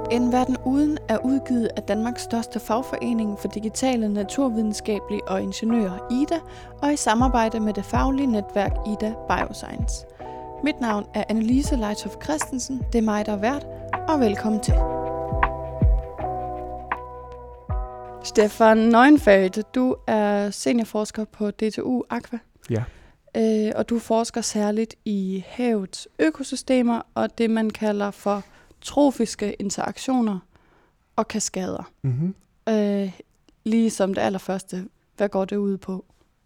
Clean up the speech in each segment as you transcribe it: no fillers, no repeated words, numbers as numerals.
En verden uden er udgivet af Danmarks største fagforening for digitale, naturvidenskabelige og ingeniører, IDA, og i samarbejde med det faglige netværk IDA Bioscience. Mit navn er Annelise Leithoff Christensen, det er mig, der er vært, og velkommen til. Stefan Neuenfeldt, du er seniorforsker på DTU Aqua. Ja. Og du forsker særligt i havets økosystemer og det, man kalder for trofiske interaktioner og kaskader. Mm-hmm. Lige som det allerførste, hvad går det ud på?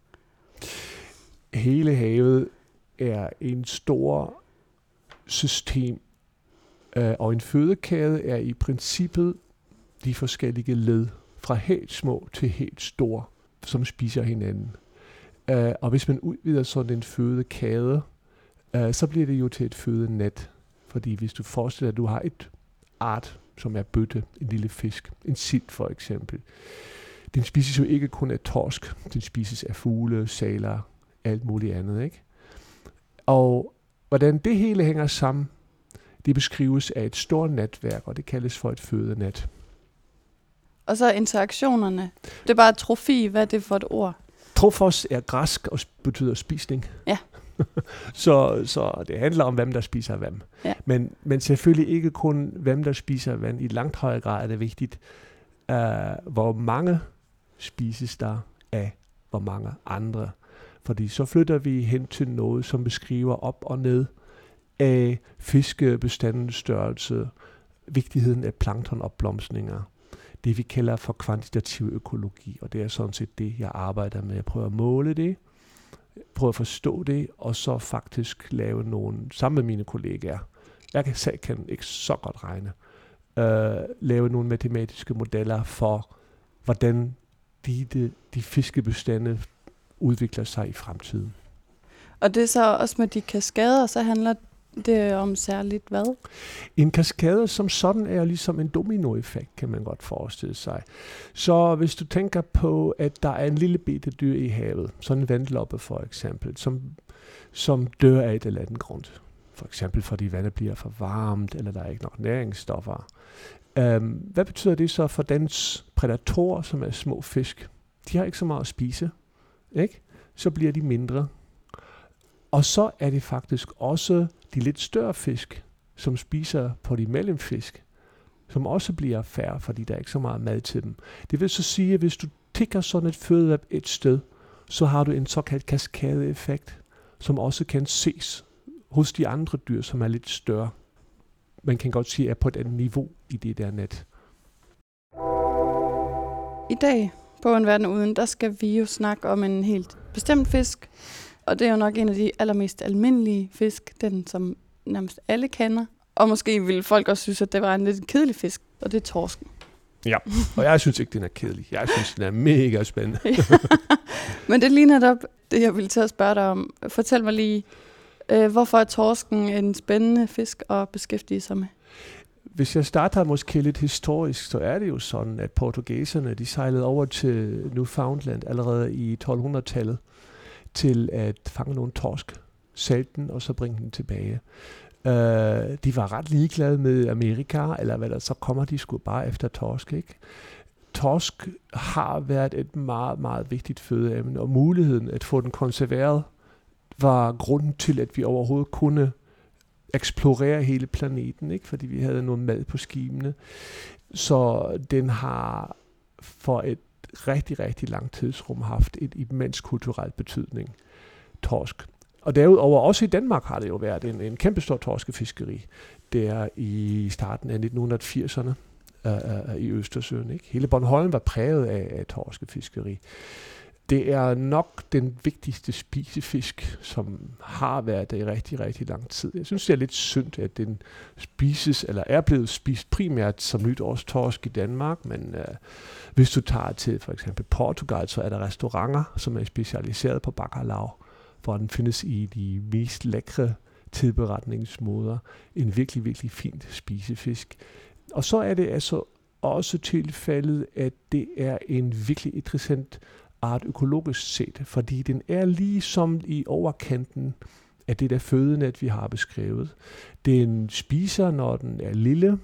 Hele havet er en stor system, og en fødekæde er i princippet de forskellige led, fra helt små til helt store, som spiser hinanden. Og hvis man udvider sådan en fødekæde, så bliver det jo til et fødenet. Fordi hvis du forestiller dig, at du har et art, som er bøtte, en lille fisk, en sild for eksempel. Den spises jo ikke kun af torsk, den spises af fugle, sæler, alt muligt andet, ikke? Og hvordan det hele hænger sammen, det beskrives af et stort netværk, og det kaldes for et fødenet. Og så interaktionerne. Det er bare trofi, hvad er det for et ord? Trofos er græsk og betyder spisning. Ja. så det handler om, hvem der spiser hvem. Ja. Men selvfølgelig ikke kun, hvem der spiser hvem. I langt højere grad er det vigtigt, hvor mange spises der af hvor mange andre. Fordi så flytter vi hen til noget, som beskriver op og ned af fiskebestandens størrelse, vigtigheden af planktonopblomstninger. Det vi kalder for kvantitativ økologi, og det er sådan set det, jeg arbejder med. Jeg prøver at måle det, prøver at forstå det, og så faktisk lave nogle, sammen med mine kollegaer, jeg kan ikke så godt regne, lave nogle matematiske modeller for, hvordan de fiskebestande udvikler sig i fremtiden. Og det er så også med de kaskader, så handler det om særligt hvad? En kaskade som sådan er ligesom en dominoeffekt, kan man godt forestille sig. Så hvis du tænker på, at der er en lille bitte dyr i havet, sådan en vandloppe for eksempel, som dør af et eller andet grund. For eksempel fordi vandet bliver for varmt, eller der er ikke nok næringsstoffer. Hvad betyder det så for dens prædatorer, som er små fisk? De har ikke så meget at spise, ikke? Så bliver de mindre. Og så er det faktisk også de lidt større fisk, som spiser på de mellemfisk, som også bliver færre, fordi der er ikke så meget mad til dem. Det vil så sige, at hvis du tikker sådan et føde et sted, så har du en såkaldt kaskadeeffekt, som også kan ses hos de andre dyr, som er lidt større. Man kan godt sige, at er på et andet niveau i det der net. I dag på En Verden Uden, der skal vi jo snakke om en helt bestemt fisk, og det er jo nok en af de allermest almindelige fisk, den som nærmest alle kender. Og måske ville folk også synes, at det var en lidt kedelig fisk, og det er torsken. Ja, og jeg synes ikke, den er kedelig. Jeg synes, den er mega spændende. Men det er lige netop det, jeg ville til at spørge dig om. Fortæl mig lige, hvorfor er torsken en spændende fisk at beskæftige sig med? Hvis jeg starter måske lidt historisk, så er det jo sådan, at portugiserne de sejlede over til Newfoundland allerede i 1200-tallet til at fange nogle torsk, sælge den og så bringe den tilbage. De var ret ligeglade med Amerika, eller hvad der så kommer, de skulle bare efter torsk, ikke? Torsk har været et meget, meget vigtigt fødeemne, og muligheden at få den konserveret var grunden til, at vi overhovedet kunne eksplorere hele planeten, ikke? Fordi vi havde noget mad på skibene. Så den har for et rigtig, rigtig lang tidsrum haft et immens kulturelt betydning, torsk. Og derudover også i Danmark har det jo været en kæmpestor torskefiskeri. Det er i starten af 1980'erne i Østersøen, ikke? Hele Bornholm var præget af torskefiskeri. Det er nok den vigtigste spisefisk, som har været der i rigtig, rigtig lang tid. Jeg synes, det er lidt synd, at den spises, eller er blevet spist primært som nytårstorsk i Danmark, men hvis du tager til for eksempel Portugal, så er der restauranter, som er specialiseret på bacalao, hvor den findes i de mest lækre tilberetningsmåder. En virkelig, virkelig fint spisefisk. Og så er det altså også tilfældet, at det er en virkelig interessant art økologisk set, fordi den er ligesom i overkanten af det der fødenet, vi har beskrevet. Den spiser, når den er lille,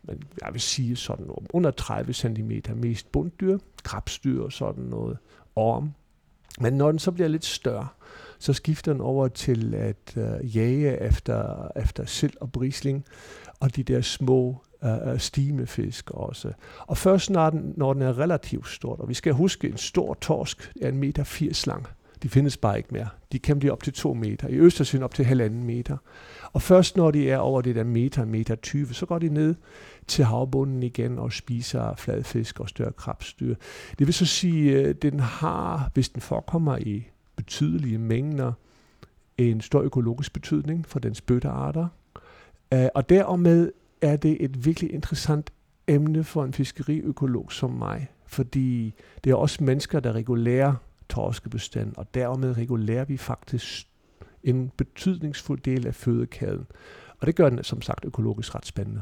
men jeg vil sige sådan noget, under 30 cm, mest bunddyr, krebsdyr og sådan noget, orm. Men når den så bliver lidt større, så skifter den over til at jage efter sild og brisling, og de der små stimefisk også. Og først når den er relativt stort, og vi skal huske, en stor torsk er 1,80 meter lang. De findes bare ikke mere. De kan blive op til 2 meter. I Østersøen op til 1,5 meter. Og først når de er over det der meter 20, så går de ned til havbunden igen og spiser fladfisk og større krebsdyr. Det vil så sige, at den har, hvis den forekommer i betydelige mængder, en stor økologisk betydning for dens bøttearter. Og dermed er det et virkelig interessant emne for en fiskeriøkolog som mig, fordi det er også mennesker, der regulerer torskebestanden, og dermed regulerer vi faktisk en betydningsfuld del af fødekæden. Og det gør den som sagt økologisk ret spændende.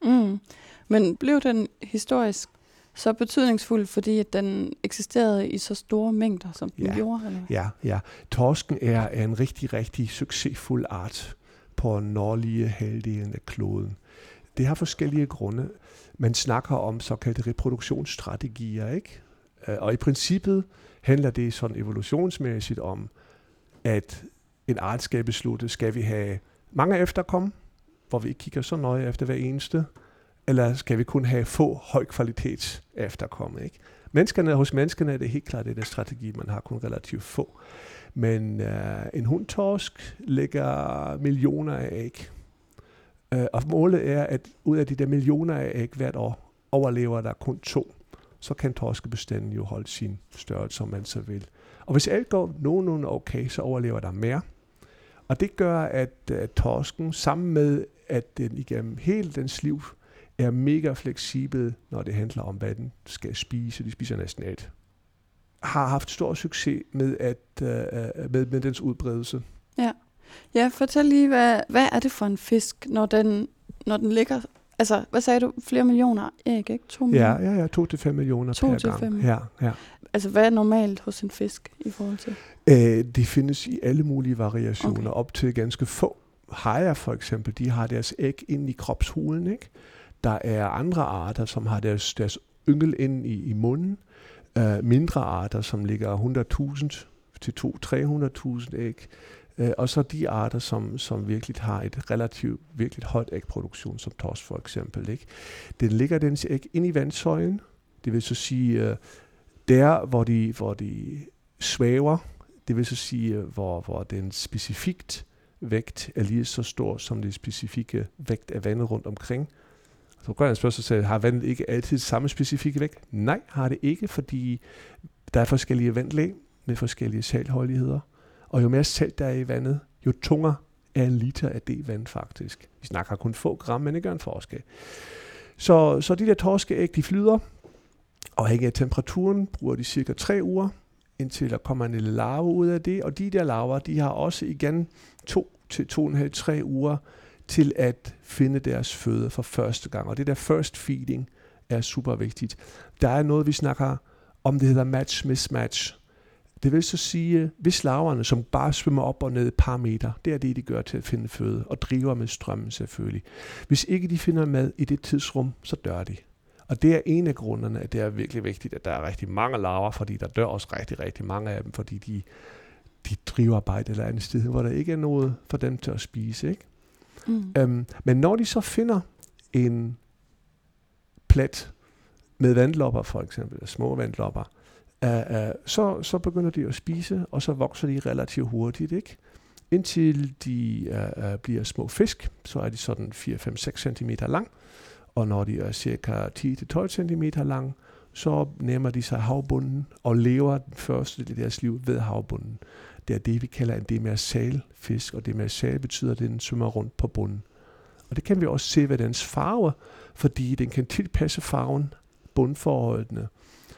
Men blev den historisk så betydningsfuld, fordi at den eksisterede i så store mængder, som den gjorde? Eller? Ja. Torsken er en rigtig, rigtig succesfuld art på nordlige halvdelen af kloden. Det har forskellige grunde. Man snakker om såkaldte reproduktionsstrategier, ikke? Og i princippet handler det sådan evolutionsmæssigt om, at en art skal beslutte, skal vi have mange efterkomme, hvor vi ikke kigger så nøje efter hver eneste, eller skal vi kun have få højkvalitets efterkomme, ikke? Hos menneskerne er det helt klart, det er strategi, man har kun relativt få. Men en hundtorsk lægger millioner af æg. Og målet er, at ud af de der millioner af æg hvert år, overlever der kun 2. Så kan torskebestanden jo holde sin størrelse, som man så vil. Og hvis alt går nogenlunde okay, så overlever der mere. Og det gør, at torsken, sammen med, at den igennem hele dens liv, er mega fleksibel, når det handler om, hvad den skal spise. De spiser næsten alt. Har haft stor succes med dens udbredelse. Ja, fortæl lige, hvad er det for en fisk, når den ligger... Altså, hvad sagde du? Flere millioner æg, ikke? 2 millioner? Ja, 2 til 5 millioner per gang. Ja. Altså, hvad er normalt hos en fisk i forhold til? Det findes i alle mulige variationer, op til ganske få. Hajer for eksempel, de har deres æg ind i kropshulen, ikke? Der er andre arter, som har deres yngel ind i munden. Mindre arter, som ligger 100.000 til 200-300.000 æg. Og så de arter, som virkelig har et relativt virkelig højt ægproduktion, som torsk for eksempel, ikke? Den ligger dens æg ind i vandsøjlen. Det vil så sige, der hvor de svæver, det vil så sige, hvor den specifikt vægt er lige så stor som det specifikke vægt af vandet rundt omkring. Så kan jeg spørge sig, har vandet ikke altid samme specifikke vægt? Nej, har det ikke, fordi der er forskellige vandlag med forskellige saltholdigheder. Og jo mere salt der er i vandet, jo tungere er en liter af det vand faktisk. Vi snakker kun få gram, men det gør en forskel. Så de der torskeæg, de flyder, og afhængig af temperaturen bruger de cirka 3 uger, indtil der kommer en lille larve ud af det. Og de der larver, de har også igen 2 til 2,5-3 uger til at finde deres føde for første gang. Og det der first feeding er super vigtigt. Der er noget, vi snakker om, det hedder match-mismatch. Det vil så sige, hvis larverne, som bare svømmer op og ned et par meter, det er det, de gør til at finde føde, og driver med strømmen selvfølgelig. Hvis ikke de finder mad i det tidsrum, så dør de. Og det er en af grunderne, at det er virkelig vigtigt, at der er rigtig mange larver, fordi der dør også rigtig, rigtig mange af dem, fordi de driver bare et eller andet sted, hvor der ikke er noget for dem til at spise, ikke? Men når de så finder en plet med vandlopper for eksempel, små vandlopper, så begynder de at spise, og så vokser de relativt hurtigt, ikke? Indtil de bliver små fisk, så er de sådan 4-5-6 cm lang, og når de er cirka 10-12 cm lang, så nærmer de sig havbunden og lever den første del af deres liv ved havbunden. Det er det, vi kalder en demersal fisk, og demersal betyder, at den svømmer rundt på bunden. Og det kan vi også se ved dens farve, fordi den kan tilpasse farven bundforholdene.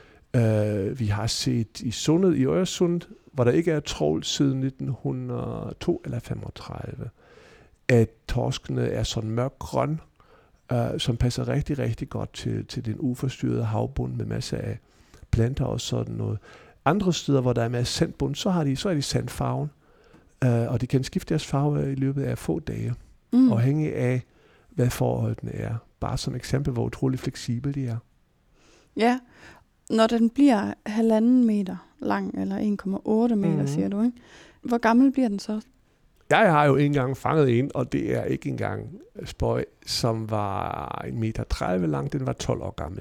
Vi har set i sundet i Øresund, hvor der ikke er trawl siden 1902 eller 35, at torskene er sådan mørkgrøn, som passer rigtig, rigtig godt til den uforstyrrede havbund med masser af planter og sådan noget. Andre steder, hvor der er masser af sandbund, så er de sandfarven, og de kan skifte deres farve i løbet af få dage, afhængig af, hvad forholdene er. Bare som eksempel, hvor utrolig fleksibel de er. Ja, når den bliver 1,5 meter lang, eller 1,8 meter, siger du, ikke? Hvor gammel bliver den så? Jeg har jo engang fanget en, og det er ikke engang spøj, som var 1,30 meter lang. Den var 12 år gammel.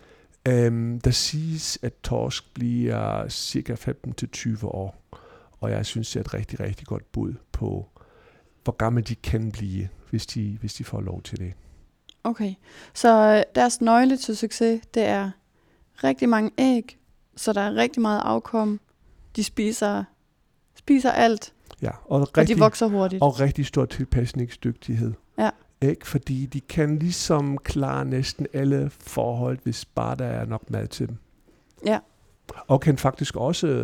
Der siges, at torsk bliver cirka 15-20 år. Og jeg synes, det er et rigtig, rigtig godt bud på, hvor gamle de kan blive, hvis de får lov til det. Okay, så deres nøgle til succes, det er rigtig mange æg, så der er rigtig meget afkom. De spiser alt, ja, og de vokser hurtigt. Og rigtig stor tilpasningsdygtighed. Ja. Ikke? Fordi de kan ligesom klare næsten alle forhold, hvis bare der er nok mad til dem. Ja. Og kan faktisk også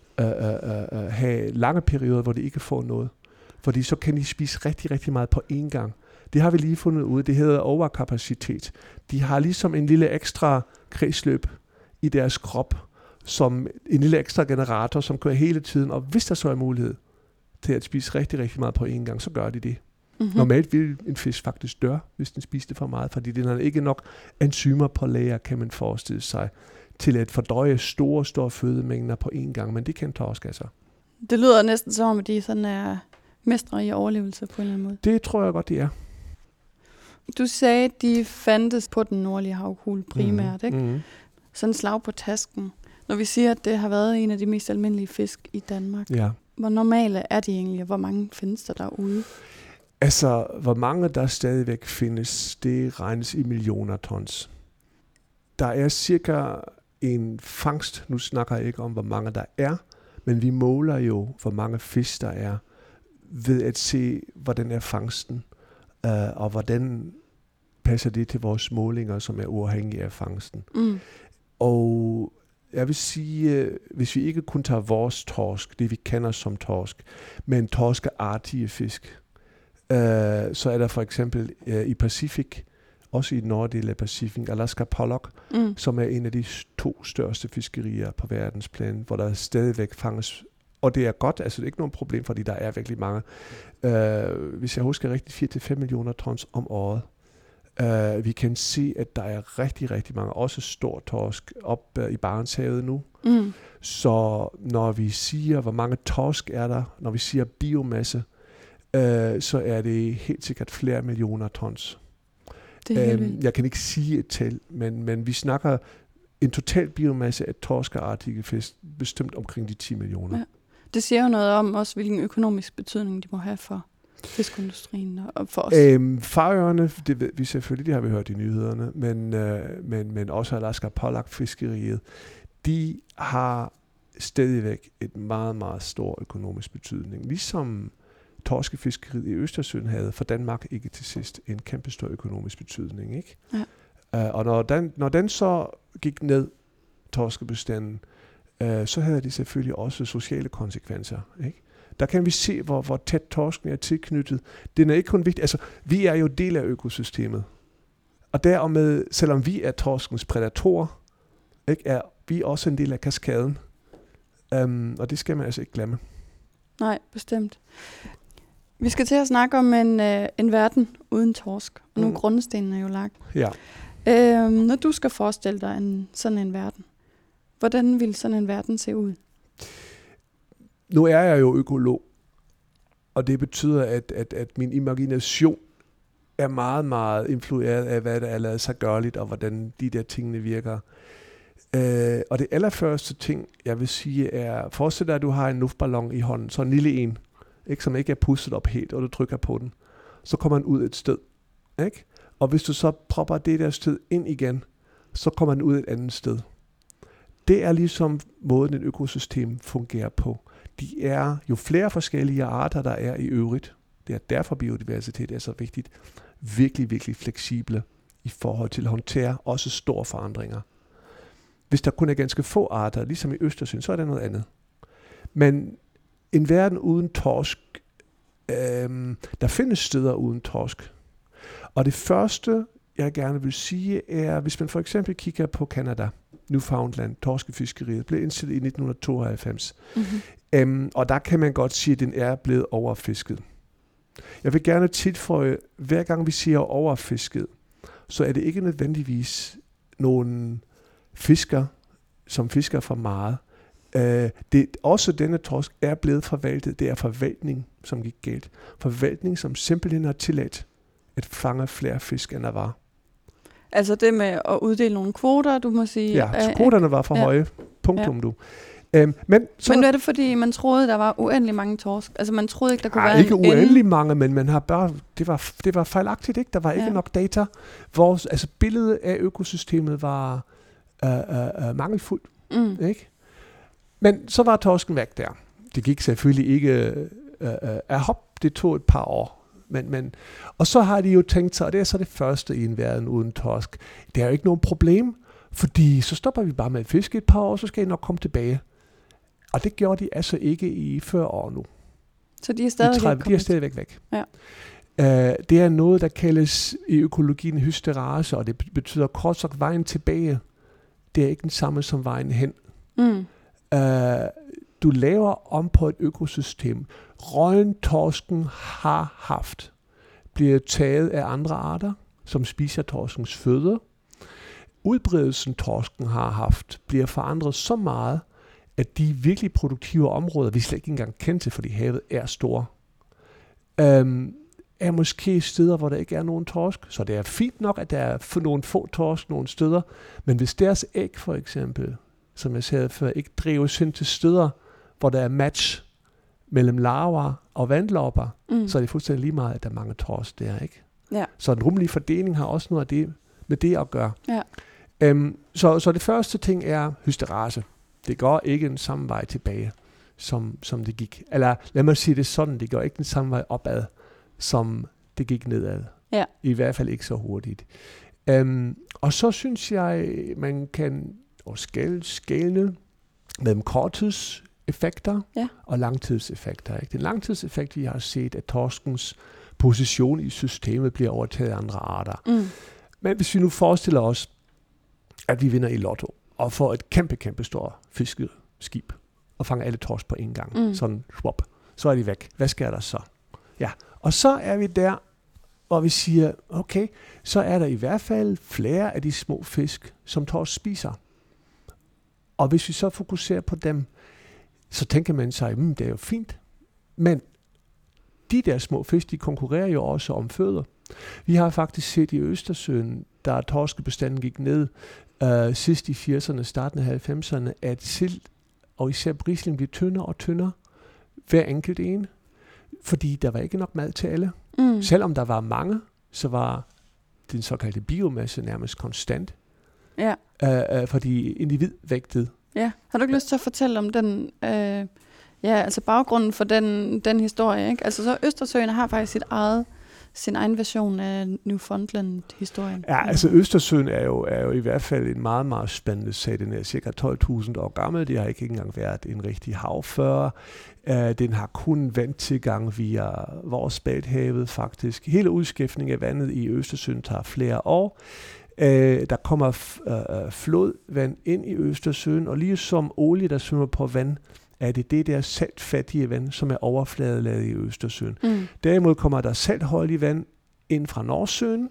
have lange perioder, hvor de ikke får noget. Fordi så kan de spise rigtig, rigtig meget på én gang. Det har vi lige fundet ud. Det hedder overkapacitet. De har ligesom en lille ekstra kredsløb i deres krop, som en lille ekstra generator, som kører hele tiden. Og hvis der så er mulighed til at spise rigtig, rigtig meget på én gang, så gør de det. Mm-hmm. Normalt vil en fisk faktisk dør, hvis den spiser det for meget, fordi den har ikke nok enzymer på lager, kan man forestille sig, til at fordøje store fødemængder på én gang. Men det kan torsk altså. Det lyder næsten som om, at de sådan er mestre i overlevelse på en eller anden måde. Det tror jeg godt, de er. Du sagde, at de fandtes på den nordlige havkugle primært, ikke? Mm-hmm. Sådan en slag på tasken. Når vi siger, at det har været en af de mest almindelige fisk i Danmark. Ja. Hvor normale er de egentlig, og hvor mange findes der derude? Altså, hvor mange der stadigvæk findes, det regnes i millioner tons. Der er cirka en fangst, nu snakker jeg ikke om, hvor mange der er, men vi måler jo, hvor mange fisk der er, ved at se, hvordan er fangsten, og hvordan passer det til vores målinger, som er uafhængige af fangsten. Mm. Og jeg vil sige, hvis vi ikke kun tager vores torsk, det vi kender som torsk, men torskeartige fisk, så er der for eksempel i Pacifik, også i den norddel af Pacifik, Alaska Pollock, som er en af de 2 største fiskerier på verdensplan, hvor der stadigvæk fanges. Og det er godt, altså det er ikke nogen problem, fordi der er virkelig mange. Hvis jeg husker rigtigt, 4-5 millioner tons om året. Vi kan se, at der er rigtig, rigtig mange, også stor torsk, op i Barentshavet nu. Mm. Så når vi siger, hvor mange torsk er der, når vi siger biomasse, så er det helt sikkert flere millioner tons. Jeg kan ikke sige et tal, men vi snakker en total biomasse af torskeartige fisk, bestemt omkring de 10 millioner. Ja. Det siger jo noget om også, hvilken økonomisk betydning de må have for fiskeindustrien og for os. Færøerne, det ved vi selvfølgelig, det har vi hørt i nyhederne, men også Alaska Pollock-fiskeriet, de har stadigvæk et meget, meget stor økonomisk betydning. Ligesom torskefiskeriet i Østersøen havde for Danmark ikke til sidst en kæmpe stor økonomisk betydning. Ikke? Ja. Og når den så gik ned, torskebestanden, så havde det selvfølgelig også sociale konsekvenser. Ikke? Der kan vi se, hvor tæt torsken er tilknyttet. Den er ikke kun vigtig. Altså, vi er jo del af økosystemet. Og dermed, selvom vi er torskens prædatorer, ikke, er vi også en del af kaskaden. Og det skal man altså ikke glemme. Nej, bestemt. Vi skal til at snakke om en verden uden torsk. Og nogle grundsten er jo lagt. Ja. Når du skal forestille dig sådan en verden, hvordan vil sådan en verden se ud? Nu er jeg jo økolog, og det betyder, at min imagination er meget, meget influeret af, hvad der er lavet sig gørligt, og hvordan de der tingene virker. Og det allerførste ting, jeg vil sige, er, forestil dig, at du har en luftballon i hånden, så en lille en, ikke, som ikke er pustet op helt, og du trykker på den. Så kommer den ud et sted. Ikke? Og hvis du så propper det der sted ind igen, så kommer den ud et andet sted. Det er ligesom måden, et økosystem fungerer på. De er jo flere forskellige arter, der er i øvrigt. Det er derfor biodiversitet er så vigtigt. Virkelig, virkelig fleksible i forhold til at håndtere også store forandringer. Hvis der kun er ganske få arter, ligesom i Østersøen, så er det noget andet. Men en verden uden torsk, der findes steder uden torsk. Og det første, jeg gerne vil sige, er, hvis man for eksempel kigger på Canada, Newfoundland, torskefiskeriet, blev indstillet i 1992. Mm-hmm. Og der kan man godt sige, at den er blevet overfisket. Jeg vil gerne tilføje, hver gang vi siger overfisket, så er det ikke nødvendigvis nogen fisker, som fisker for meget. Også denne torsk er blevet forvaltet. Det er forvaltning, som gik galt. Forvaltning, som simpelthen har tilladt at fange flere fisk, end der var. Altså det med at uddele nogle kvoter, du må sige. Ja, kvoterne var for høje. Punktum du. Men er det fordi, man troede, der var uendelig mange torsk? Altså man troede ikke, der kunne være ikke uendelig mange, men man har bare, det var fejlagtigt, ikke? Der var ikke nok data. Altså billedet af økosystemet var mangelfuldt, ikke? Men så var torsken væk der. Det gik selvfølgelig ikke af hop, det tog et par år. Og så har de jo tænkt sig, og det er så det første i en verden uden torsk. Det er jo ikke noget problem, fordi så stopper vi bare med at fiske et par år, så skal I nok komme tilbage. Og det gjorde de altså ikke i 40 år nu. Så de er stadigvæk væk. Ja. Det er noget, der kaldes i økologien hysterase, og det betyder kort sagt vejen tilbage. Det er ikke den samme som vejen hen. Du laver om på et økosystem. Rollen torsken har haft bliver taget af andre arter, som spiser torskens føde. Udbredelsen torsken har haft bliver forandret så meget, at de virkelig produktive områder, vi slet ikke engang kender til, fordi havet er store, er måske steder, hvor der ikke er nogen torsk. Så det er fint nok, at der er nogle få torsk nogle steder, men hvis deres æg for eksempel, som jeg sagde før, ikke drives hen til steder, hvor der er match mellem larver og vandlopper, så er det fuldstændig lige meget, at der er mange torsk der, ikke? Ja. Så en rummelig fordeling har også noget af det, med det at gøre. Ja. Så det første ting er hysterase. Det går ikke den samme vej tilbage, som det gik. Eller lad mig sige det sådan, det går ikke den samme vej opad, som det gik nedad. Ja. I hvert fald ikke så hurtigt. Og så synes jeg, man kan skelne mellem korttidseffekter og langtidseffekter. Ikke? Den langtidseffekt, vi har set, at torskens position i systemet bliver overtaget af andre arter. Men hvis vi nu forestiller os, at vi vinder i lotto, og får et kæmpe stort fiskeskib, og fanger alle torsk på en gang, sådan swap, så er de væk. Hvad sker der så? Ja, og så er vi der, hvor vi siger, okay, så er der i hvert fald flere af de små fisk, som torsk spiser. Og hvis vi så fokuserer på dem, så tænker man sig, det er jo fint, men de der små fisk, de konkurrerer jo også om føde. Vi har faktisk set i Østersøen, da torskebestanden gik ned sidst i 80'erne, starten af 90'erne, at sild og især brisling blev tyndere og tyndere hver enkelt en, fordi der var ikke nok mad til alle. Selvom der var mange, så var den såkaldte biomasse nærmest konstant, fordi individvægtet. Ja, har du ikke lyst til at fortælle om den, altså baggrunden for den historie, ikke? Altså så Østersøen har faktisk sin egen version af Newfoundland-historien. Ja, altså Østersøen er jo i hvert fald en meget, meget spændende sag. Den er cirka 12.000 år gammel. Det har ikke engang været en rigtig hav før. Den har kun vandtilgang via vores Spalthavet faktisk. Hele udskiftningen af vandet i Østersøen tager flere år. Der kommer flodvand ind i Østersøen, og ligesom olie, der svømmer på vand, er det der saltfattige vand, som er overfladelaget i Østersøen. Derimod kommer der saltholdig vand ind fra Nordsøen,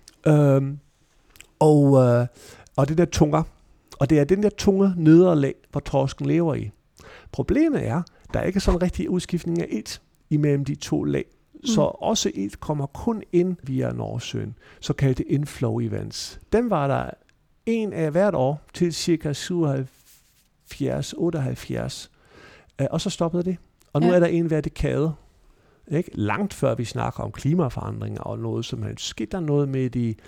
og det der tunger. Og det er den der tunge nederlag, hvor torsken lever i. Problemet er, der er ikke sådan en rigtig udskiftning af ilt imellem de to lag. Så også ilt kommer kun ind via Nordsøen, så kaldt inflow events. Den var der en af hvert år til cirka 77-78. Og så stoppede det. Og nu er der en hver dekade. Ikke? Langt før vi snakker om klimaforandringer og noget som helst. Skete der noget med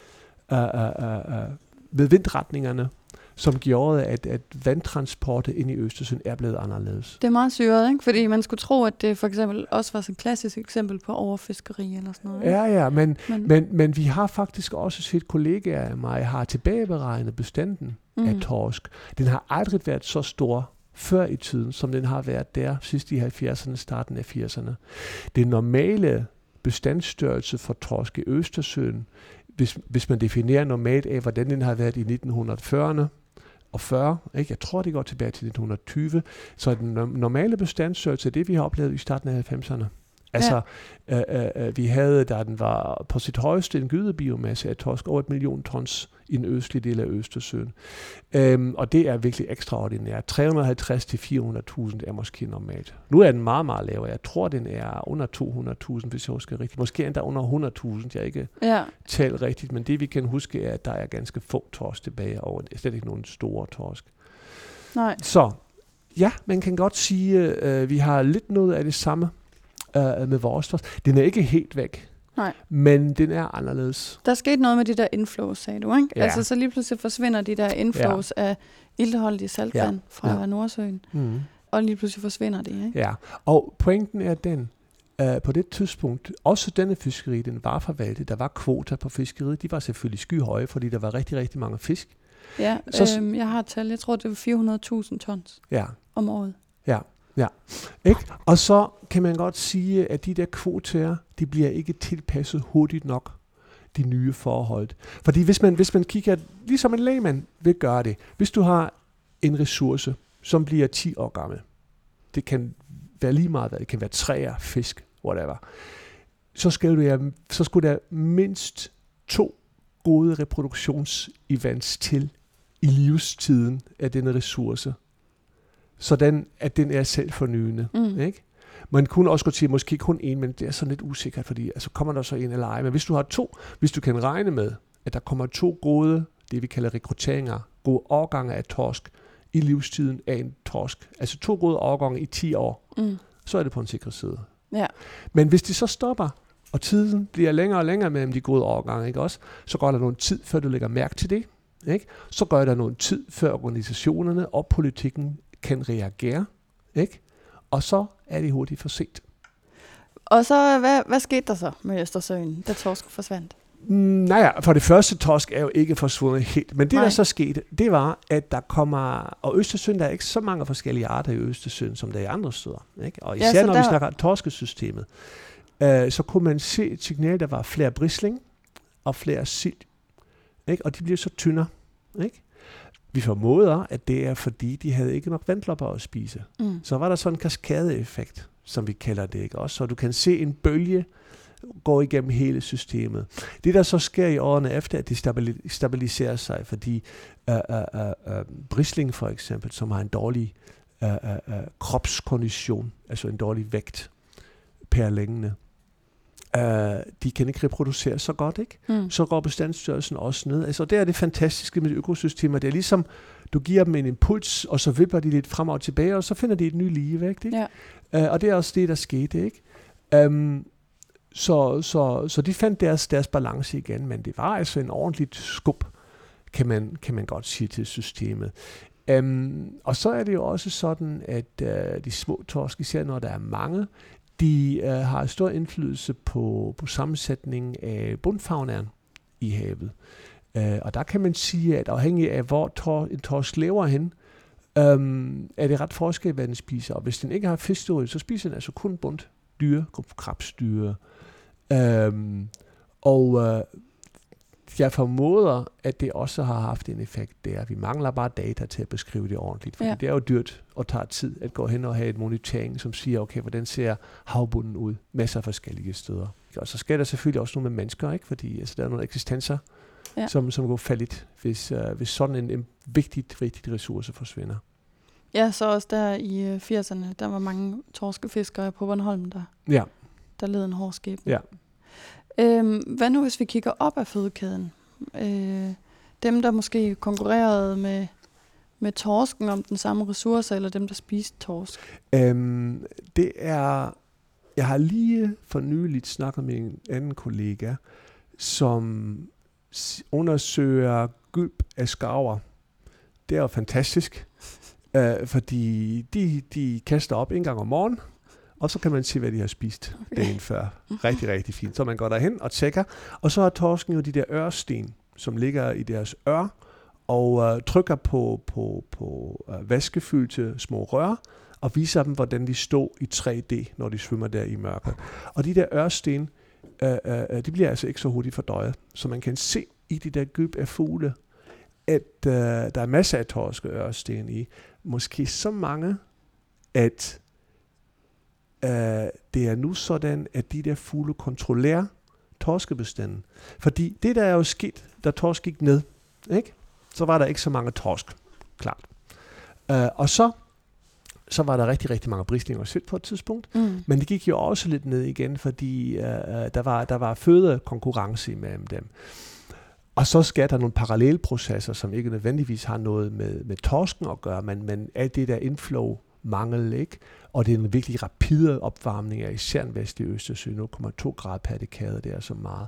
med vindretningerne, som gjorde, at vandtransportet ind i Østersøen er blevet anderledes. Det er meget syret, ikke? Fordi man skulle tro, at det for eksempel også var sådan et klassisk eksempel på overfiskeri eller sådan noget. Ikke? Ja, men vi har faktisk også set kollegaer af mig har tilbageberegnet bestanden af torsk. Den har aldrig været så stor før i tiden, som den har været der sidst i 70'erne, starten af 80'erne. Det normale bestandsstørrelse for torsk i Østersøen, hvis man definerer normalt af, hvordan den har været i 1940'erne og 40, ikke? Jeg tror, det går tilbage til 1920, så den normale bestandsstørrelse, det vi har oplevet i starten af 90'erne, Altså, vi havde, da den var på sit højeste, en gydebiomasse af torsk over 1 million tons i den østlige del af Østersøen. Og det er virkelig ekstraordinært. 350-400.000 er måske normalt. Nu er den meget, meget lavere. Jeg tror, den er under 200.000, hvis jeg husker rigtigt. Måske endda under 100.000. Jeg ikke talt rigtigt, men det vi kan huske er, at der er ganske få torsk tilbage over. Det er slet ikke nogen store torsk. Nej. Så ja, man kan godt sige, at vi har lidt noget af det samme med vores torsk. Den er ikke helt væk. Nej. Men den er anderledes. Der skete noget med de der inflows, sagde du, ikke? Ja. Altså, så lige pludselig forsvinder de der inflows af iltholdige saltvand fra Nordsøen. Mm. Og lige pludselig forsvinder de, ikke? Ja, og pointen er den, på det tidspunkt, også denne fiskeri, den var forvaltet, der var kvoter på fiskeriet, de var selvfølgelig skyhøje, fordi der var rigtig, rigtig mange fisk. Ja, jeg har et tal, jeg tror, det var 400.000 tons om året. Ja, ikke? Og så kan man godt sige, at de der kvoter, de bliver ikke tilpasset hurtigt nok, de nye forhold. Fordi hvis man kigger, ligesom en lægmand vil gøre det, hvis du har en ressource, som bliver 10 år gammel, det kan være lige meget, det kan være træer, fisk, whatever, så skulle der mindst 2 gode reproduktionsevents til i livstiden af denne ressource, sådan at den er selvfornyende. Ikke? Man kunne også godt sige, måske kun en, men det er sådan lidt usikkert, fordi altså kommer der så en eller ej. Men hvis du har 2, hvis du kan regne med, at der kommer 2 gode, det vi kalder rekrutteringer, gode årgange af torsk i livstiden af en torsk, altså 2 gode årgange i 10 år, så er det på en sikker side. Ja. Men hvis de så stopper, og tiden bliver længere og længere mellem de gode årgange, ikke også, så går der noget tid, før du lægger mærke til det. Ikke? Så går der noget tid, før organisationerne og politikken kan reagere, ikke? Og så er det hurtigt for sent. Og så, hvad skete der så med Østersøen, da torsk forsvandt? For det første, torsk er jo ikke forsvundet helt. Men det, der så skete, det var, at der kommer... Og Østersøen, der er ikke så mange forskellige arter i Østersøen, som der er i andre steder. Ikke? Og især når vi snakker torskesystemet, så kunne man se et signal, der var flere brisling og flere sild. Ikke? Og de bliver så tyndere. Ikke? Vi formoder, at det er, fordi de havde ikke nok vandlopper at spise. Så var der sådan en kaskadeeffekt, som vi kalder det, ikke også? Så du kan se en bølge gå igennem hele systemet. Det, der så sker i årene efter, at det stabiliserer sig, fordi brisling for eksempel, som har en dårlig kropskondition, altså en dårlig vægt per længde, de kan ikke reproducere så godt, ikke? Så går bestandsstørrelsen også ned. Altså, det er det fantastiske med økosystemer. Det er ligesom, du giver dem en impuls, og så vipper de lidt frem og tilbage, og så finder de et nyt ligevægt, ikke? Ja. Og det er også det, der skete, ikke? Så de fandt deres balance igen, men det var altså en ordentligt skub, kan man godt sige til systemet. Og så er det jo også sådan, at de små torsk, især når der er mange, de har stor indflydelse på sammensætningen af bundfaunaen i havet. Og der kan man sige, at afhængig af hvor en torsk lever hen, er det ret forskel, hvad den spiser. Og hvis den ikke har fiskstål, så spiser den altså kun bunddyr, krabstyr. Jeg formoder, at det også har haft en effekt der. Vi mangler bare data til at beskrive det ordentligt, fordi det er jo dyrt og tager tid at gå hen og have et monitering, som siger, okay, hvordan ser havbunden ud? Masser af forskellige steder. Og så sker der selvfølgelig også noget med mennesker, ikke? Fordi altså, der er nogle eksistenser, som går fallit, hvis sådan en vigtig ressource forsvinder. Ja, så også der i 80'erne, der var mange torskefiskere på Bornholm, der led en hård skæbne. Ja. Hvad nu, hvis vi kigger op af fødekæden? Dem, der måske konkurrerede med torsken om den samme ressourcer, eller dem, der spiste torsk? Det er... Jeg har lige for nyligt snakket med en anden kollega, som undersøger gylp af skarver. Det er jo fantastisk, fordi de kaster op en gang om morgenen, og så kan man se, hvad de har spist dagen før. Rigtig, rigtig fint. Så man går derhen og tjekker. Og så har torsken jo de der ørsten, som ligger i deres ør, og trykker på vaskefyldte små rør, og viser dem, hvordan de står i 3D, når de svømmer der i mørket. Og de der ørsten, de bliver altså ikke så hurtigt fordøjet. Så man kan se i de der gylp af fugle, at der er masser af torskeørsten i. Måske så mange, at det er nu sådan, at de der fugle kontrollerer torskebestanden. Fordi det, der er jo sket, da torsk gik ned, ikke? Så var der ikke så mange torsk, klart. Og så var der rigtig, rigtig mange brislinger og sild på et tidspunkt. Men det gik jo også lidt ned igen, fordi der var fødekonkurrence imellem dem. Og så skal der nogle parallelprocesser, som ikke nødvendigvis har noget med torsken at gøre, men alt det der inflow mangel, ikke? Og det er en virkelig rapide opvarmning af især den vestlige Østersø, 0,2 grader per dekade, det er så meget.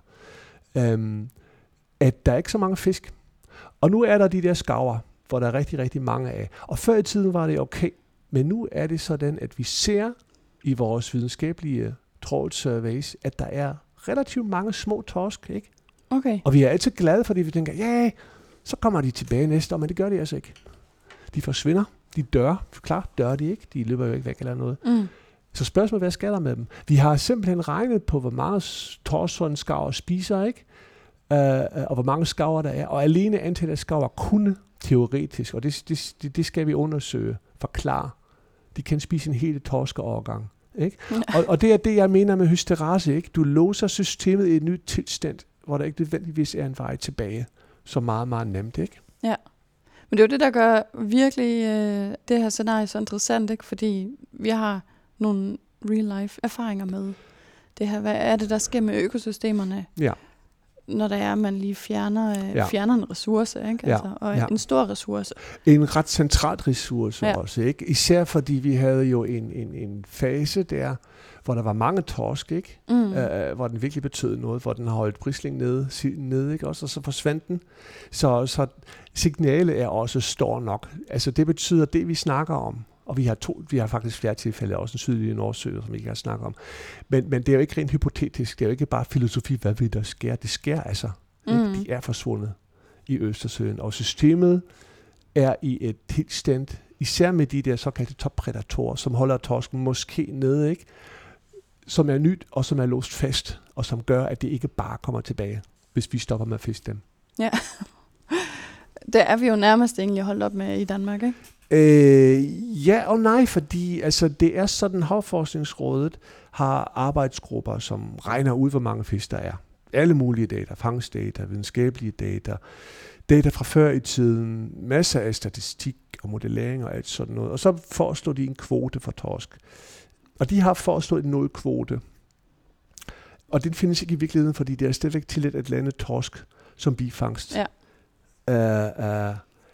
At der er ikke så mange fisk. Og nu er der de der skarver, hvor der er rigtig, rigtig mange af. Og før i tiden var det okay, men nu er det sådan, at vi ser i vores videnskabelige trawlsurveys, at der er relativt mange små torsk, ikke? Okay. Og vi er altid glade, fordi vi tænker, ja, så kommer de tilbage næste år, men det gør de altså ikke. De forsvinder, de dør, klart dør de ikke, de løber jo ikke væk eller noget. Så spørgsmålet, hvad skal der med dem? Vi har simpelthen regnet på, hvor mange torskskarver spiser, ikke? Og hvor mange skarver der er, og alene antallet af skarver kunne teoretisk, og det skal vi undersøge, forklare. De kan spise en hel torskeårgang. Ikke? Og det er det, jeg mener med hysterase. Ikke? Du låser systemet i et nyt tilstand, hvor der ikke nødvendigvis er en vej tilbage. Så meget, meget nemt, ikke? Ja. Men det er jo det, der gør virkelig det her scenarie så interessant, ikke? Fordi vi har nogle real-life erfaringer med det her. Hvad er det, der sker med økosystemerne? Ja. Når der er, man lige fjerner en ressource, ikke? Altså, og en stor ressource. En ret centralt ressource også, ikke? Især fordi vi havde jo en fase der, hvor der var mange torsk, ikke? Hvor den virkelig betød noget, hvor den har holdt brisling nede, ikke? Også, og så forsvandt den. Så signalet er også stor nok. Altså det betyder det, vi snakker om. Og vi har faktisk flere tilfælde, også en sydlige Nordsø, som vi ikke har snakket om. Men det er jo ikke rent hypotetisk, det er jo ikke bare filosofi, hvad vil der sker. Det sker altså. De er forsvundet i Østersøen, og systemet er i et tilstand, især med de der såkaldte toppredatorer, som holder torsken måske nede, ikke? Som er nyt, og som er låst fast, og som gør, at det ikke bare kommer tilbage, hvis vi stopper med at fiske dem. Ja, det er vi jo nærmest egentlig holdt op med i Danmark, ikke? Ja og nej, fordi altså, det er sådan, Havforskningsrådet har arbejdsgrupper, som regner ud, hvor mange fisk der er. Alle mulige data, fangstdata, videnskabelige data fra før i tiden, masser af statistik og modellering og alt sådan noget. Og så foreslår de en kvote for torsk. Og de har foreslået en nulkvote. Og den findes ikke i virkeligheden, fordi det er stadigvæk tilladt at lande torsk som bifangst. Ja.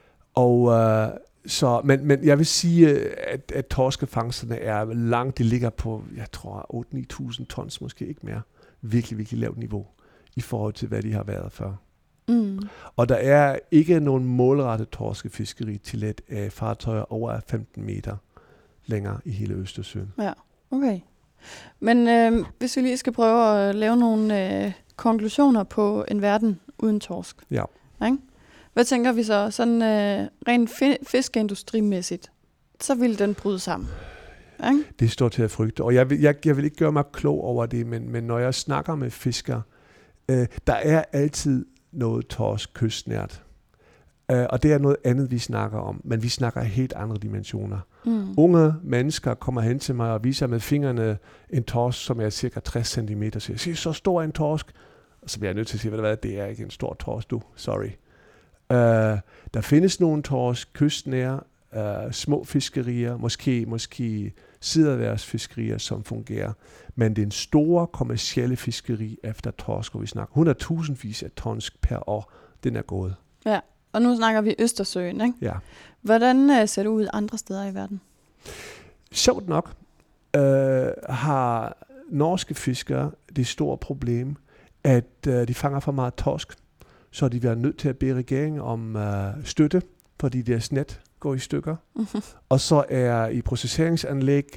Men jeg vil sige, at torskefangsterne er langt, det ligger på, jeg tror, 8-9.000 tons, måske ikke mere. Virkelig, virkelig lavt niveau i forhold til, hvad de har været før. Og der er ikke nogen målrettet torskefiskeri tilladt af fartøjer over 15 meter længere i hele Østersøen. Ja, okay. Men hvis vi lige skal prøve at lave nogle konklusioner på en verden uden torsk. Ja. Ikke? Hvad tænker vi så? Sådan rent fiskeindustrimæssigt, så vil den bryde sammen. Ikke? Det står til at frygte. Og jeg vil ikke gøre mig klog over det, men når jeg snakker med fiskere, der er altid noget torsk kystnært. Og det er noget andet, vi snakker om. Men vi snakker helt andre dimensioner. Unge mennesker kommer hen til mig og viser med fingrene en torsk, som er cirka 60 cm. Så jeg siger, så stor en torsk. Og så bliver jeg nødt til at sige, hvad det er ikke en stor torsk, du. Sorry. Der findes nogle torsk kystnære, små fiskerier, måske siderværsfiskerier, som fungerer. Men det er en store kommercielle fiskeri efter torsk, hvor vi snakker 100.000 af tons per år, den er gået. Ja, og nu snakker vi Østersøen, ikke? Ja. Hvordan ser det ud andre steder i verden? Sjovt nok har norske fiskere det store problem, at de fanger for meget torsk. Så de bliver nødt til at bede regeringen om støtte, fordi deres net går i stykker. Og så er i processeringsanlæg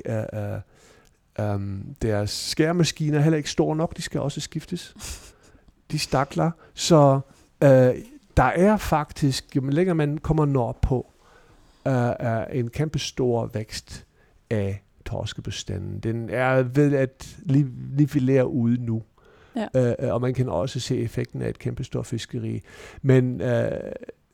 deres skæremaskiner heller ikke store nok. De skal også skiftes. De stakler. Så der er faktisk, jo længere man kommer nordpå, en kæmpe stor vækst af torskebestanden. Den er ved at nivellere ude nu. Ja. Og man kan også se effekten af et kæmpestort fiskeri. Men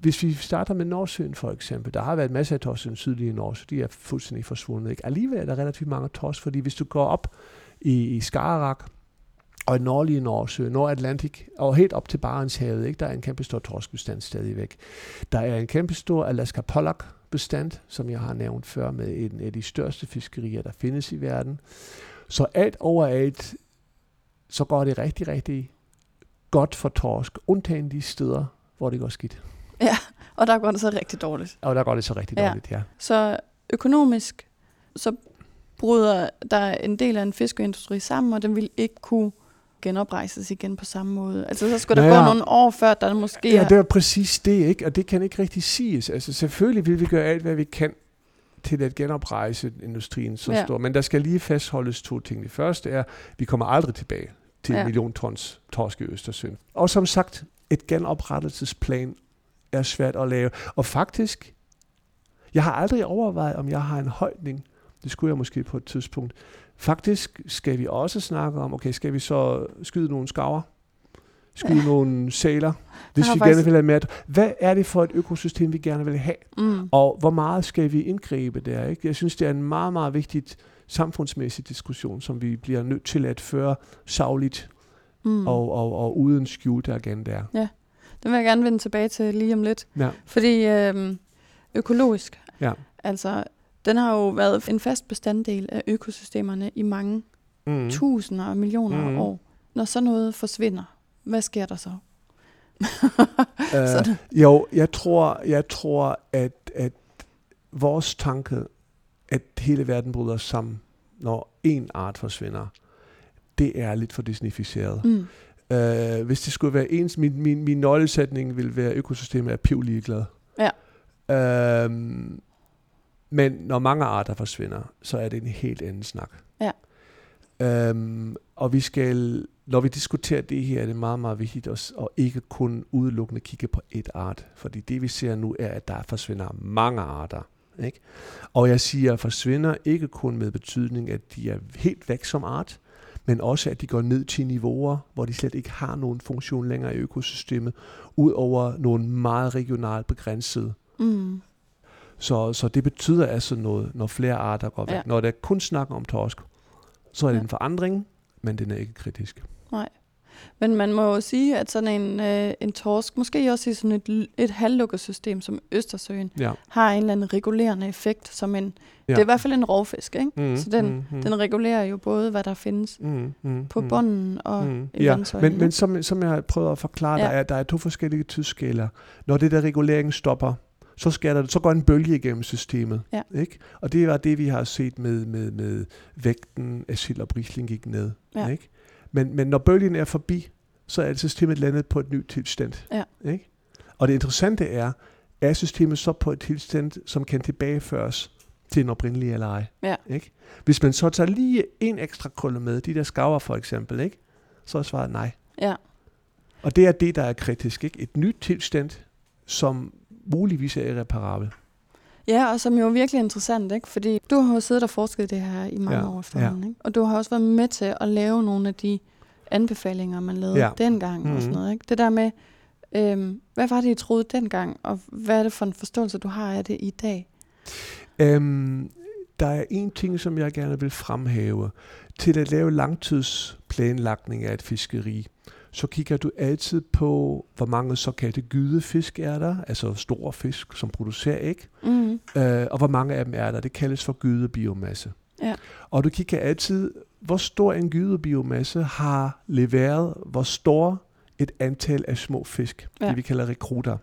hvis vi starter med Nordsøen for eksempel, der har været masser af torsk i den sydlige Nordsø, de er fuldstændig forsvundet. Ikke? Alligevel er der relativt mange torsk, fordi hvis du går op i Skagerrak og i nordlige Nordsø, Nordatlantik og helt op til Barentshavet, ikke? Der er en kæmpe stor torskbestand stadigvæk. Der er en kæmpe stor Alaska Pollock bestand, som jeg har nævnt før, med en af de største fiskerier, der findes i verden. Så alt overalt, så går det rigtig, rigtig godt for torsk, undtagen de steder, hvor det går skidt. Ja, og der går det så rigtig dårligt. Og der går det så rigtig dårligt, ja. Så økonomisk, så bryder der en del af en fiskeindustri sammen, og den vil ikke kunne genoprejses igen på samme måde. Altså så skulle der gå nogle år før, der måske... Ja, det er præcis det, ikke? Og det kan ikke rigtig siges. Altså selvfølgelig vil vi gøre alt, hvad vi kan til at genoprejse industrien så stor. Men der skal lige fastholdes 2 ting. Det første er, vi kommer aldrig tilbage til 1 million tons torsk i Østersøen. Og som sagt, et genoprettelsesplan er svært at lave. Og faktisk, jeg har aldrig overvejet, om jeg har en holdning. Det skulle jeg måske på et tidspunkt. Faktisk skal vi også snakke om, okay, skal vi så skyde nogle skarver? Skyde nogle sæler? Hvis vi gerne vil have med. Hvad er det for et økosystem, vi gerne vil have? Og hvor meget skal vi indgribe der? Ikke? Jeg synes, det er en meget, meget vigtig samfundsmæssig diskussion, som vi bliver nødt til at føre sagligt og uden skjulte agendaer. Ja, det vil jeg gerne vende tilbage til lige om lidt. Ja. Fordi økologisk, altså den har jo været en fast bestanddel af økosystemerne i mange tusinder og millioner af år. Når så noget forsvinder, hvad sker der så? Jo, jeg tror at vores tanke, at hele verden bryder sammen, når en art forsvinder, det er lidt for disnificeret. Hvis det skulle være ens, min nøglesætning vil være, økosystemet er pivligeglad. Ja. Men når mange arter forsvinder, så er det en helt anden snak. Ja. Og vi skal, når vi diskuterer det her, er det meget, meget vigtigt at ikke kun udelukkende kigge på et art. Fordi det vi ser nu er, at der forsvinder mange arter. Ikke? Og jeg siger, forsvinder ikke kun med betydning, at de er helt væk som art, men også at de går ned til niveauer, hvor de slet ikke har nogen funktion længere i økosystemet, ud over nogle meget regionalt begrænsede. Så det betyder altså noget, når flere arter går væk. Når der kun snakker om torsk, så er det en forandring, men den er ikke kritisk. Nej. Men man må jo sige, at sådan en torsk, måske også i sådan et halvlukket system som Østersøen, har en eller anden regulerende effekt, som det er i hvert fald en rovfisk, ikke? Så den regulerer jo både, hvad der findes på bunden og i vandsøjlen. Men som jeg prøver at forklare, der er 2 forskellige tidsskalaer. Når det der regulering stopper, så går en bølge igennem systemet. Ja. Ikke? Og det var det, vi har set med vægten af sild og brisling gik ned. Ja. Ikke? Men når bølgen er forbi, så er systemet landet på et nyt tilstand. Ja. Ikke? Og det interessante er systemet så på et tilstand, som kan tilbageføres til en oprindelig eller ej. Ja. Ikke? Hvis man så tager lige en ekstra krølle med, de der skarver for eksempel, ikke? Så er svaret nej. Ja. Og det er det, der er kritisk. Ikke? Et nyt tilstand, som muligvis er irreparabel. Ja, og som jo er virkelig interessant, ikke? Fordi du har jo siddet og forsket det her i mange år efterhånden, ikke? Og du har også været med til at lave nogle af de anbefalinger, man lavede dengang og sådan noget, ikke? Det der med, hvad var det, I troede dengang, og hvad er det for en forståelse, du har af det i dag? Der er en ting, som jeg gerne vil fremhæve. Til at lave langtidsplanlægning af et fiskeri, så kigger du altid på, hvor mange såkaldte gydefisk er der, altså store fisk, som producerer æg, og hvor mange af dem er der. Det kaldes for gydebiomasse. Ja. Og du kigger altid, hvor stor en gydebiomasse har leveret, hvor stor et antal af små fisk, det vi kalder rekrutter.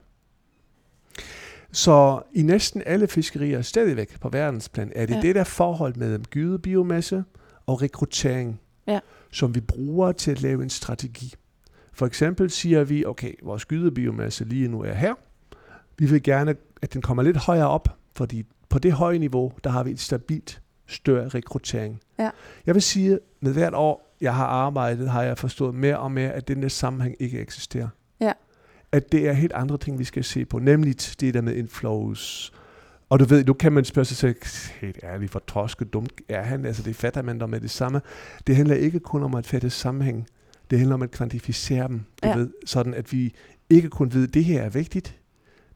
Så i næsten alle fiskerier stadigvæk på verdensplan, er det det der forhold mellem gydebiomasse og rekruttering, som vi bruger til at lave en strategi. For eksempel siger vi, okay, vores gydebiomasse lige nu er her. Vi vil gerne, at den kommer lidt højere op, fordi på det høje niveau, der har vi et stabilt større rekruttering. Ja. Jeg vil sige, med hvert år, jeg har arbejdet, har jeg forstået mere og mere, at den der sammenhæng ikke eksisterer. Ja. At det er helt andre ting, vi skal se på, nemlig det der med inflows. Og du ved, nu kan man spørge sig selv, helt ærligt, hvor torsket dumt er han? Altså det fatter man der med det samme. Det handler ikke kun om at fatte sammenhæng. Det handler om at kvantificere dem, du ved, sådan at vi ikke kun ved, at det her er vigtigt,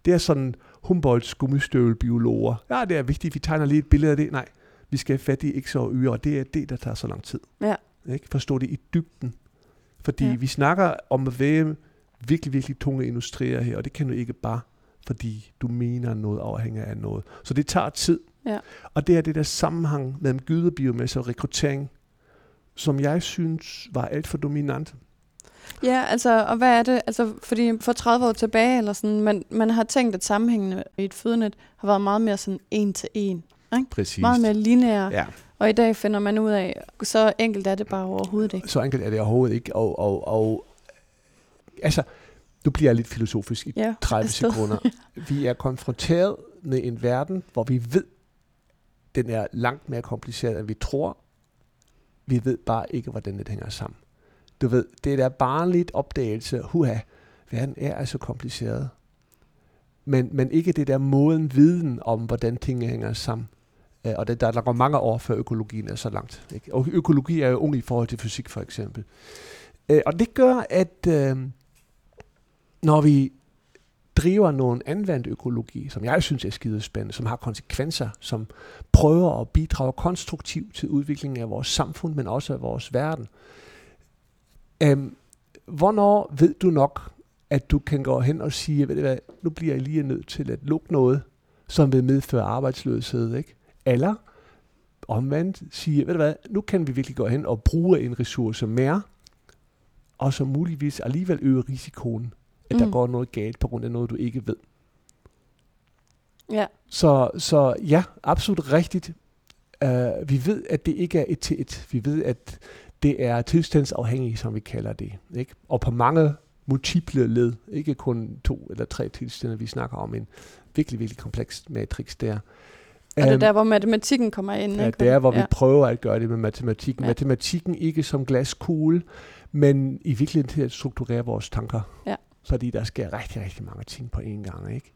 Det er sådan Humboldts gummistøvelbiologer. Ja, det er vigtigt, vi tegner lige et billede af det. Nej, vi skal have fat i x og y, og det er det, der tager så lang tid. Ja. Ikke? Forstå det i dybden. Fordi vi snakker om at være virkelig, virkelig tunge industrier her, og det kan du ikke bare, fordi du mener noget afhænger af noget. Så det tager tid. Ja. Og det er det der sammenhæng mellem gydebiomasse og rekruttering, som jeg synes var alt for dominant. Ja, altså, og hvad er det? Altså, fordi for 30 år tilbage, eller sådan, man har tænkt, at sammenhængene i et fødenet har været meget mere sådan en til en. Ikke? Præcis. Meget mere lineære. Ja. Og i dag finder man ud af, så enkelt er det bare overhovedet ikke. Så enkelt er det overhovedet ikke. Og altså, nu bliver jeg lidt filosofisk i 30 sekunder. Vi er konfronteret med en verden, hvor vi ved, den er langt mere kompliceret, end vi tror. Vi ved bare ikke, hvordan det hænger sammen. Du ved, det er der barnligt opdagelse. Verden er altså kompliceret. Men ikke det der moden viden om, hvordan tingene hænger sammen. Og der går mange år, før økologien er så langt. Ikke? Og økologi er jo ung i forhold til fysik, for eksempel. Og det gør, at når vi driver nogen anvendt økologi, som jeg synes er skidespændende, som har konsekvenser, som prøver at bidrage konstruktivt til udviklingen af vores samfund, men også af vores verden. Hvornår ved du nok, at du kan gå hen og sige, ved du hvad, nu bliver jeg lige nødt til at lukke noget, som vil medføre arbejdsløshed, ikke? Eller omvendt sige, ved du hvad, nu kan vi virkelig gå hen og bruge en ressource mere, og så muligvis alligevel øge risikoen, at der går noget galt på grund af noget, du ikke ved. Ja. Så ja, absolut rigtigt. Vi ved, at det ikke er et til et. Vi ved, at det er tilstandsafhængigt, som vi kalder det. Ikke? Og på mange multiple led, ikke kun 2 eller 3 tilstande, vi snakker om en virkelig, virkelig kompleks matrix der. Og det er der, hvor matematikken kommer ind. Ja, det er, hvor vi prøver at gøre det med matematikken. Ja. Matematikken ikke som glaskugle, men i virkeligheden til at strukturere vores tanker. Ja. Fordi der sker rigtig, rigtig mange ting på én gang, ikke?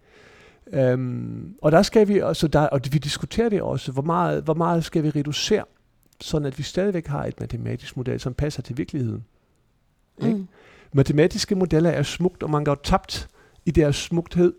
Og der skal vi også, og vi diskuterer det også, hvor meget skal vi reducere, sådan at vi stadigvæk har et matematisk model, som passer til virkeligheden. Ikke? Matematiske modeller er smukt, og man går tabt i deres smugthed,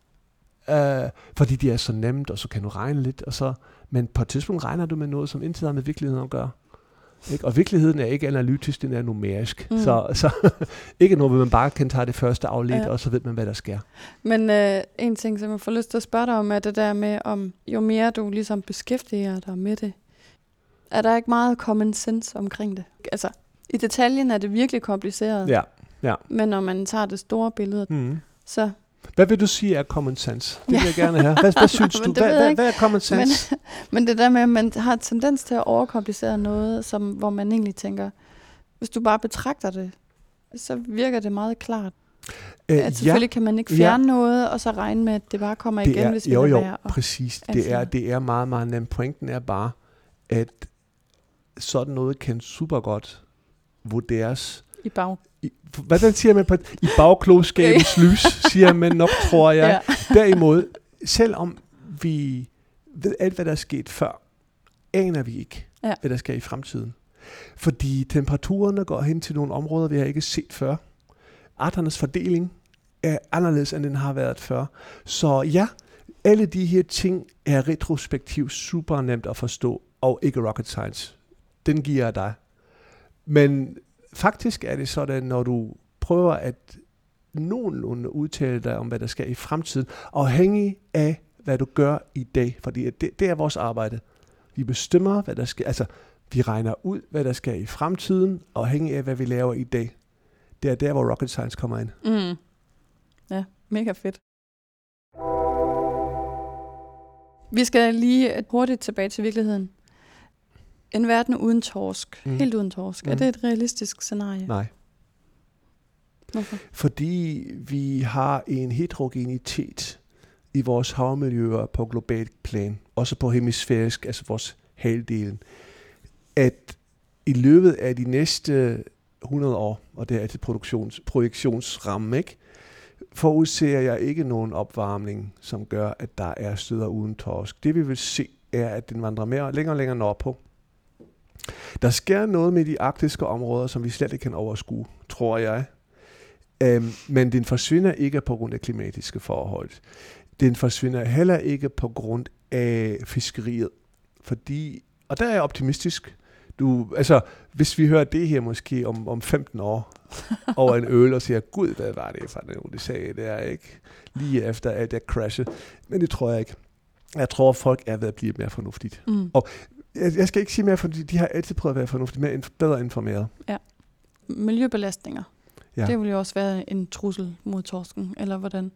fordi de er så nemt, og så kan du regne lidt, men på et tidspunkt regner du med noget, som intet har med virkeligheden at gøre. Ikke? Og virkeligheden er ikke analytisk, den er numerisk. Så ikke noget, hvor man bare kan tage det første afledt, og så ved man, hvad der sker. Men en ting, som jeg får lyst til at spørge dig om, er det der med, om jo mere du ligesom beskæftiger dig med det, er der ikke meget common sense omkring det? Altså, i detaljen er det virkelig kompliceret. Ja. Men når man tager det store billede, så... Hvad vil du sige er common sense? Det vil jeg gerne have. Hvad synes du? Hvad er common sense? Men det der med, at man har tendens til at overkomplicere noget, hvor man egentlig tænker, hvis du bare betragter det, så virker det meget klart. At selvfølgelig kan man ikke fjerne noget, og så regne med, at det bare kommer igen, hvis vi lader være. Præcis. Det er meget, meget nemt. Pointen er bare, at sådan noget kan super godt vurderes hvordan siger man i bagklogskabens lys, siger man nok, tror jeg. Ja. Derimod, selvom vi ved alt, hvad der er sket før, aner vi ikke, hvad der sker i fremtiden. Fordi temperaturerne går hen til nogle områder, vi har ikke set før. Arternes fordeling er anderledes, end den har været før. Så ja, alle de her ting er retrospektivt super nemt at forstå, og ikke rocket science. Den giver jeg dig. Men faktisk er det sådan, når du prøver at nogenlunde udtale dig om, hvad der sker i fremtiden, afhængig af, hvad du gør i dag. Fordi det er vores arbejde. Vi bestemmer, hvad der sker. Altså, vi regner ud, hvad der sker i fremtiden, afhængig af, hvad vi laver i dag. Det er der, hvor rocket science kommer ind. Ja, mega fedt. Vi skal lige hurtigt tilbage til virkeligheden. En verden uden torsk. Helt uden torsk. Er det et realistisk scenarie? Nej. Hvorfor? Fordi vi har en heterogenitet i vores havmiljøer på globalt plan, også på hemisfærisk, altså vores halvdelen, at i løbet af de næste 100 år, og det er til projektionsramme, ikke, forudser jeg ikke nogen opvarmning, som gør, at der er steder uden torsk. Det vi vil se, er, at den vandrer mere længere og længere nordpå. Der sker noget med de arktiske områder, som vi slet ikke kan overskue, tror jeg. Men den forsvinder ikke på grund af klimatiske forhold. Den forsvinder heller ikke på grund af fiskeriet. Fordi, og der er jeg optimistisk. Hvis vi hører det her måske om 15 år over en øl og siger, gud, hvad var det for noget, de sagde der, ikke? Lige efter at det crashet. Men det tror jeg ikke. Jeg tror, at folk er ved at blive mere fornuftigt. Og jeg skal ikke sige mere, fordi de har altid prøvet at være fornuftige, bedre informeret. Ja. Miljøbelastninger. Ja. Det vil jo også være en trussel mod torsken, eller hvordan?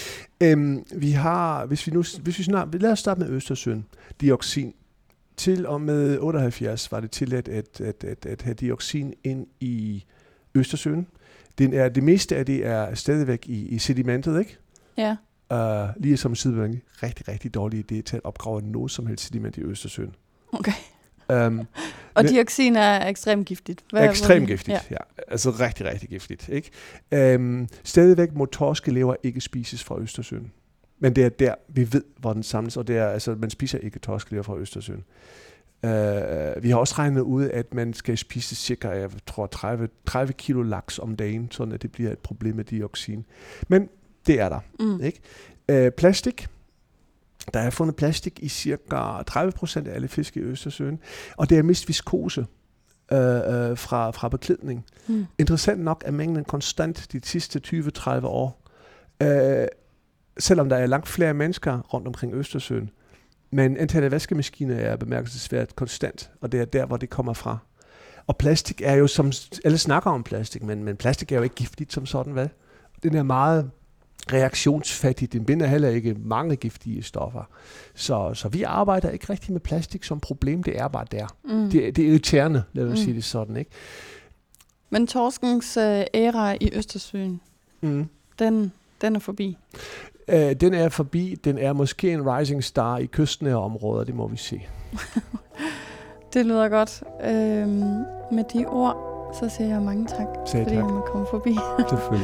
Lad os starte med Østersøen. Dioxin. Til og med 78 var det tilladt at have dioxin ind i Østersøen. Det meste af det er stadigvæk i sedimentet, ikke? Ja. Lige som Sydværning, rigtig, rigtig dårlig idé til at opgrave noget som helst sediment i Østersøen. Okay. Og dioxin er ekstremt giftigt. Ekstremt giftigt, ja. Altså rigtig, rigtig giftigt, ikke? Stadigvæk må torskelever ikke spises fra Østersøen. Men det er der, vi ved, hvor den samles, og det er, altså, man spiser ikke torskelever fra Østersøen. Vi har også regnet ud, at man skal spise cirka, jeg tror, 30 kilo laks om dagen, sådan at det bliver et problem med dioxin. Men det er der, ikke? Plastik. Der er fundet plastik i cirka 30% af alle fisk i Østersøen, og det er mest viskose fra beklædning. Interessant nok er mængden konstant de sidste 20-30 år. Selvom der er langt flere mennesker rundt omkring Østersøen. Men antallet af vaskemaskiner er bemærkelsesværdigt konstant, og det er der, hvor det kommer fra. Og plastik er jo, som alle snakker om plastik, men plastik er jo ikke giftigt som sådan, hvad? Den er meget reaktionsfattig, den binder heller ikke mange giftige stoffer. Så vi arbejder ikke rigtig med plastik som problem, det er bare der. Det er irriterende, lad os sige det sådan, ikke? Men torskens æra i Østersøen, den er forbi. Den er forbi. Den er måske en rising star i kystnære områder, det må vi se. Det lyder godt. Med de ord, så siger jeg mange tak, fordi jeg må komme forbi. Selvfølgelig.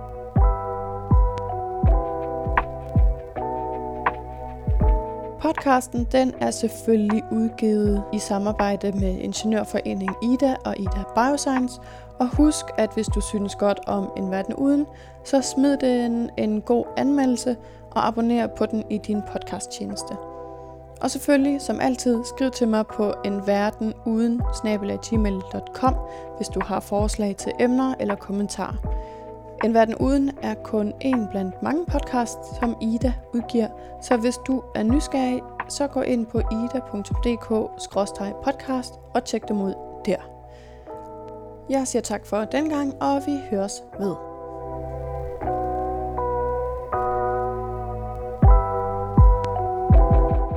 Podcasten, den er selvfølgelig udgivet i samarbejde med Ingeniørforeningen IDA og IDA Bioscience. Og husk, at hvis du synes godt om En Verden Uden, så smid den en god anmeldelse og abonner på den i din podcasttjeneste. Og selvfølgelig, som altid, skriv til mig på enverdenuden@gmail.com, hvis du har forslag til emner eller kommentarer. En Verden Uden er kun en blandt mange podcasts, som IDA udgiver, så hvis du er nysgerrig, så gå ind på ida.dk/podcast og tjek dem ud der. Jeg siger tak for den gang, og vi høres ved.